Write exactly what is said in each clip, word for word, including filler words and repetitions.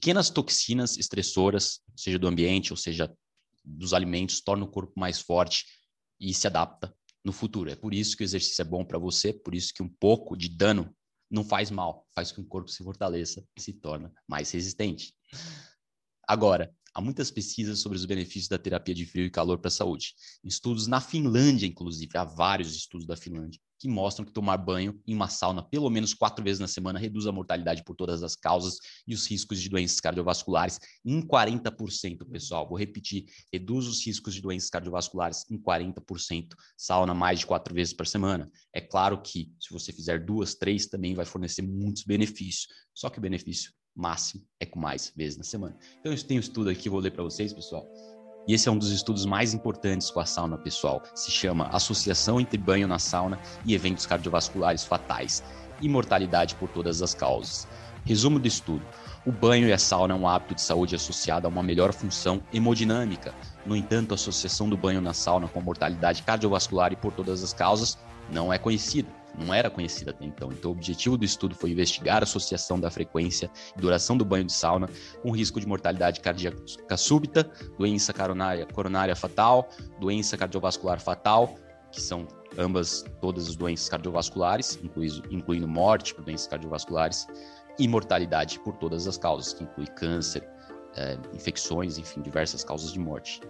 Pequenas toxinas estressoras, seja do ambiente ou seja dos alimentos, tornam o corpo mais forte e se adapta no futuro. É por isso que o exercício é bom para você, por isso que um pouco de dano não faz mal, faz com que o corpo se fortaleça e se torne mais resistente. Agora, há muitas pesquisas sobre os benefícios da terapia de frio e calor para a saúde. Estudos na Finlândia, inclusive, há vários estudos da Finlândia, que mostram que tomar banho em uma sauna pelo menos quatro vezes na semana reduz a mortalidade por todas as causas e os riscos de doenças cardiovasculares em quarenta por cento, pessoal. Vou repetir, reduz os riscos de doenças cardiovasculares em quarenta por cento. Sauna mais de quatro vezes por semana. É claro que, se você fizer duas, três, também vai fornecer muitos benefícios. Só que o benefício máximo é com mais vezes na semana. Então, eu tenho um estudo aqui, vou ler para vocês, pessoal. E esse é um dos estudos mais importantes com a sauna, pessoal. Se chama Associação entre Banho na Sauna e Eventos Cardiovasculares Fatais e Mortalidade por Todas as Causas. Resumo do estudo. O banho e a sauna é um hábito de saúde associado a uma melhor função hemodinâmica. No entanto, a associação do banho na sauna com a mortalidade cardiovascular e por todas as causas não é conhecida. Não era conhecida até então. Então, o objetivo do estudo foi investigar a associação da frequência e duração do banho de sauna com risco de mortalidade cardíaca súbita, doença coronária, coronária fatal, doença cardiovascular fatal, que são ambas, todas as doenças cardiovasculares, incluindo, incluindo morte por doenças cardiovasculares, e mortalidade por todas as causas, que inclui câncer, é, infecções, enfim, diversas causas de morte.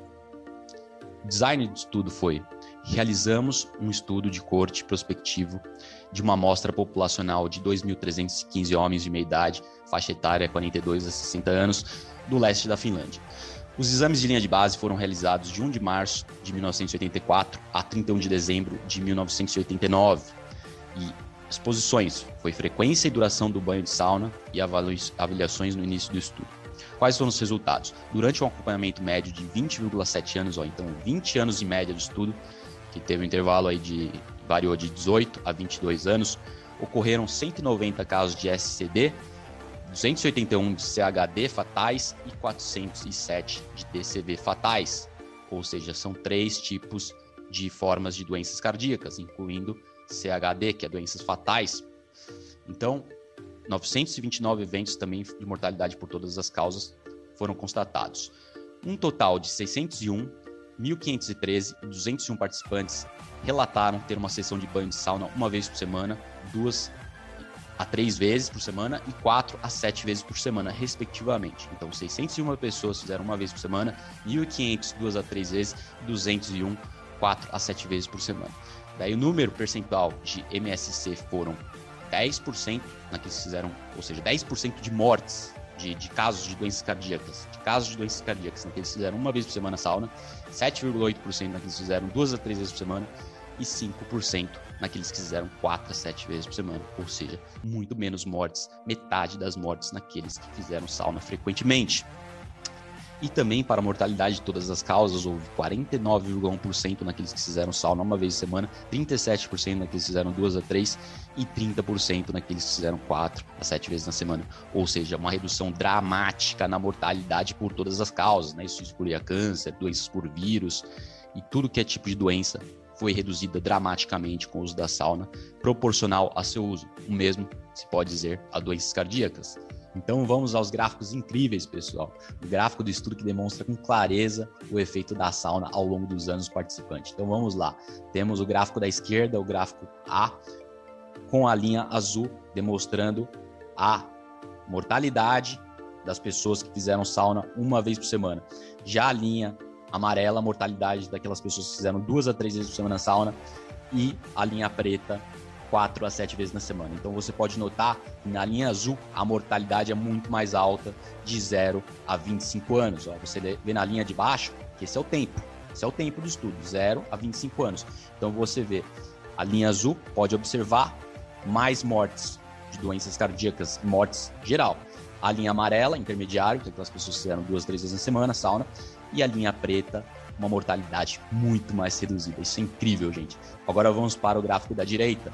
O design do estudo foi: realizamos um estudo de corte prospectivo de uma amostra populacional de dois mil trezentos e quinze homens de meia idade, faixa etária quarenta e dois a sessenta anos, do leste da Finlândia. Os exames de linha de base foram realizados de primeiro de março de mil novecentos e oitenta e quatro a trinta e um de dezembro de mil novecentos e oitenta e nove. E as posições foi frequência e duração do banho de sauna e avaliações no início do estudo. Quais foram os resultados? Durante um acompanhamento médio de vinte vírgula sete anos, ó, então vinte anos de média de estudo, que teve um intervalo aí de, variou de dezoito a vinte e dois anos, ocorreram cento e noventa casos de S C D, duzentos e oitenta e um de C H D fatais e quatrocentos e sete de T C V fatais, ou seja, são três tipos de formas de doenças cardíacas, incluindo C H D, que é doenças fatais. Então, novecentos e vinte e nove eventos também de mortalidade por todas as causas foram constatados. Um total de seiscentos e um, mil quinhentos e treze e duzentos e um participantes relataram ter uma sessão de banho de sauna uma vez por semana, duas a três vezes por semana e quatro a sete vezes por semana, respectivamente. Então, seiscentos e uma pessoas fizeram uma vez por semana, mil e quinhentos duas a três vezes e duzentos e um quatro a sete vezes por semana. Daí o número percentual de M S C foram dez por cento naqueles que fizeram, ou seja, dez por cento de mortes, de, de casos de doenças cardíacas, de casos de doenças cardíacas naqueles que fizeram uma vez por semana sauna, sete vírgula oito por cento naqueles que fizeram duas a três vezes por semana e cinco por cento naqueles que fizeram quatro a sete vezes por semana, ou seja, muito menos mortes, metade das mortes naqueles que fizeram sauna frequentemente. E também para a mortalidade de todas as causas, houve quarenta e nove vírgula um por cento naqueles que fizeram sauna uma vez por semana, trinta e sete por cento naqueles que fizeram duas a três e trinta por cento naqueles que fizeram quatro a sete vezes na semana. Ou seja, uma redução dramática na mortalidade por todas as causas, né? Isso excluía câncer, doenças por vírus e tudo que é tipo de doença foi reduzida dramaticamente com o uso da sauna, proporcional a seu uso. O mesmo se pode dizer a doenças cardíacas. Então vamos aos gráficos incríveis, pessoal. O gráfico do estudo que demonstra com clareza o efeito da sauna ao longo dos anos do participante. Então vamos lá. Temos o gráfico da esquerda, o gráfico A, com a linha azul demonstrando a mortalidade das pessoas que fizeram sauna uma vez por semana. Já a linha amarela, a mortalidade daquelas pessoas que fizeram duas a três vezes por semana na sauna, e a linha preta, quatro a sete vezes na semana. Então você pode notar que na linha azul a mortalidade é muito mais alta de zero a vinte e cinco anos. Ó, você vê na linha de baixo que esse é o tempo. Esse é o tempo do estudo, zero a vinte e cinco anos. Então você vê a linha azul, pode observar mais mortes de doenças cardíacas, mortes geral. A linha amarela, intermediário, que aquelas pessoas que fizeram duas, três vezes na semana, sauna. E a linha preta, uma mortalidade muito mais reduzida. Isso é incrível, gente. Agora vamos para o gráfico da direita,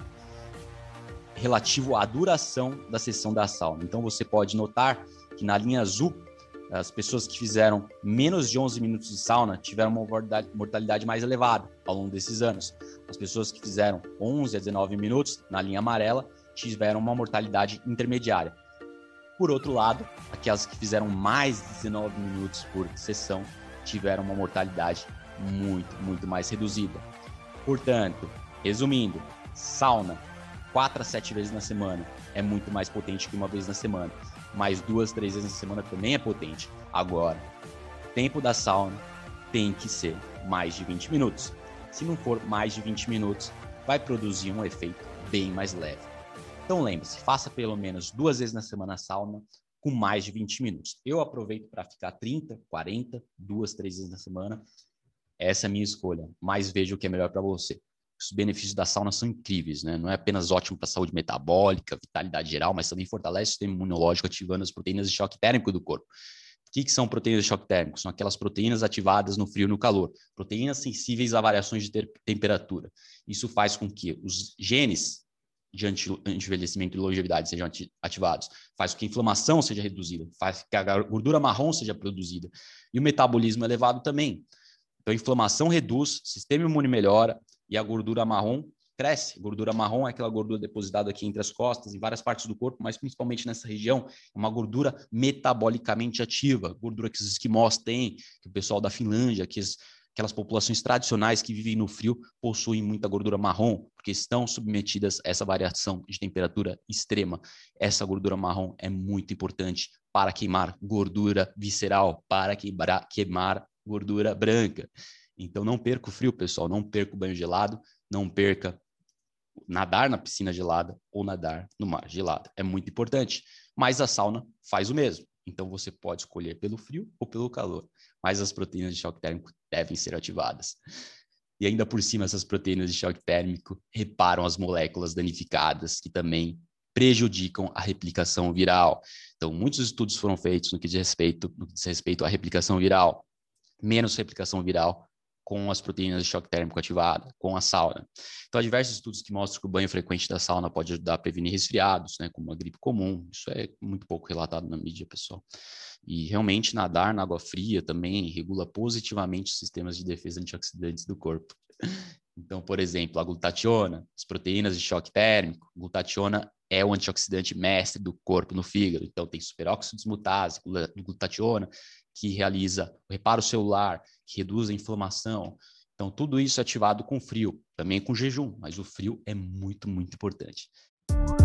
relativo à duração da sessão da sauna. Então você pode notar que na linha azul, as pessoas que fizeram menos de onze minutos de sauna tiveram uma mortalidade mais elevada ao longo desses anos. As pessoas que fizeram onze a dezenove minutos, na linha amarela, tiveram uma mortalidade intermediária. Por outro lado, aquelas que fizeram mais de dezenove minutos por sessão tiveram uma mortalidade muito, muito mais reduzida. Portanto, resumindo, sauna quatro a sete vezes na semana é muito mais potente que uma vez na semana, mas duas, três vezes na semana também é potente. Agora, o tempo da sauna tem que ser mais de vinte minutos. Se não for mais de vinte minutos, vai produzir um efeito bem mais leve. Então lembre-se, faça pelo menos duas vezes na semana a sauna com mais de vinte minutos. Eu aproveito para ficar trinta, quarenta, duas, três vezes na semana. Essa é a minha escolha, mas veja o que é melhor para você. Os benefícios da sauna são incríveis, né? Não é apenas ótimo para a saúde metabólica, vitalidade geral, mas também fortalece o sistema imunológico, ativando as proteínas de choque térmico do corpo. O que, que são proteínas de choque térmico? São aquelas proteínas ativadas no frio e no calor, proteínas sensíveis a variações de ter- temperatura. Isso faz com que os genes de anti-envelhecimento e longevidade sejam ativados, faz com que a inflamação seja reduzida, faz com que a gordura marrom seja produzida e o metabolismo elevado também. Então, a inflamação reduz, o sistema imune melhora e a gordura marrom cresce. A gordura marrom é aquela gordura depositada aqui entre as costas, em várias partes do corpo, mas principalmente nessa região, é uma gordura metabolicamente ativa, gordura que os esquimós têm, que o pessoal da Finlândia, que as, aquelas populações tradicionais que vivem no frio possuem muita gordura marrom, porque estão submetidas a essa variação de temperatura extrema. Essa gordura marrom é muito importante para queimar gordura visceral, para queimar, queimar gordura branca. Então não perca o frio, pessoal, não perca o banho gelado, não perca nadar na piscina gelada ou nadar no mar gelado. É muito importante, mas a sauna faz o mesmo. Então você pode escolher pelo frio ou pelo calor, mas as proteínas de choque térmico devem ser ativadas. E ainda por cima, essas proteínas de choque térmico reparam as moléculas danificadas, que também prejudicam a replicação viral. Então, muitos estudos foram feitos no que diz respeito, no que diz respeito à replicação viral, menos replicação viral com as proteínas de choque térmico ativada, com a sauna. Então, há diversos estudos que mostram que o banho frequente da sauna pode ajudar a prevenir resfriados, né, como a gripe comum. Isso é muito pouco relatado na mídia, pessoal. E realmente nadar na água fria também regula positivamente os sistemas de defesa antioxidantes do corpo. Então, por exemplo, a glutationa, as proteínas de choque térmico, glutationa é o antioxidante mestre do corpo no fígado. Então, tem superóxido desmutase, glutationa, que realiza o reparo celular, que reduz a inflamação. Então, tudo isso é ativado com frio, também com jejum, mas o frio é muito, muito importante.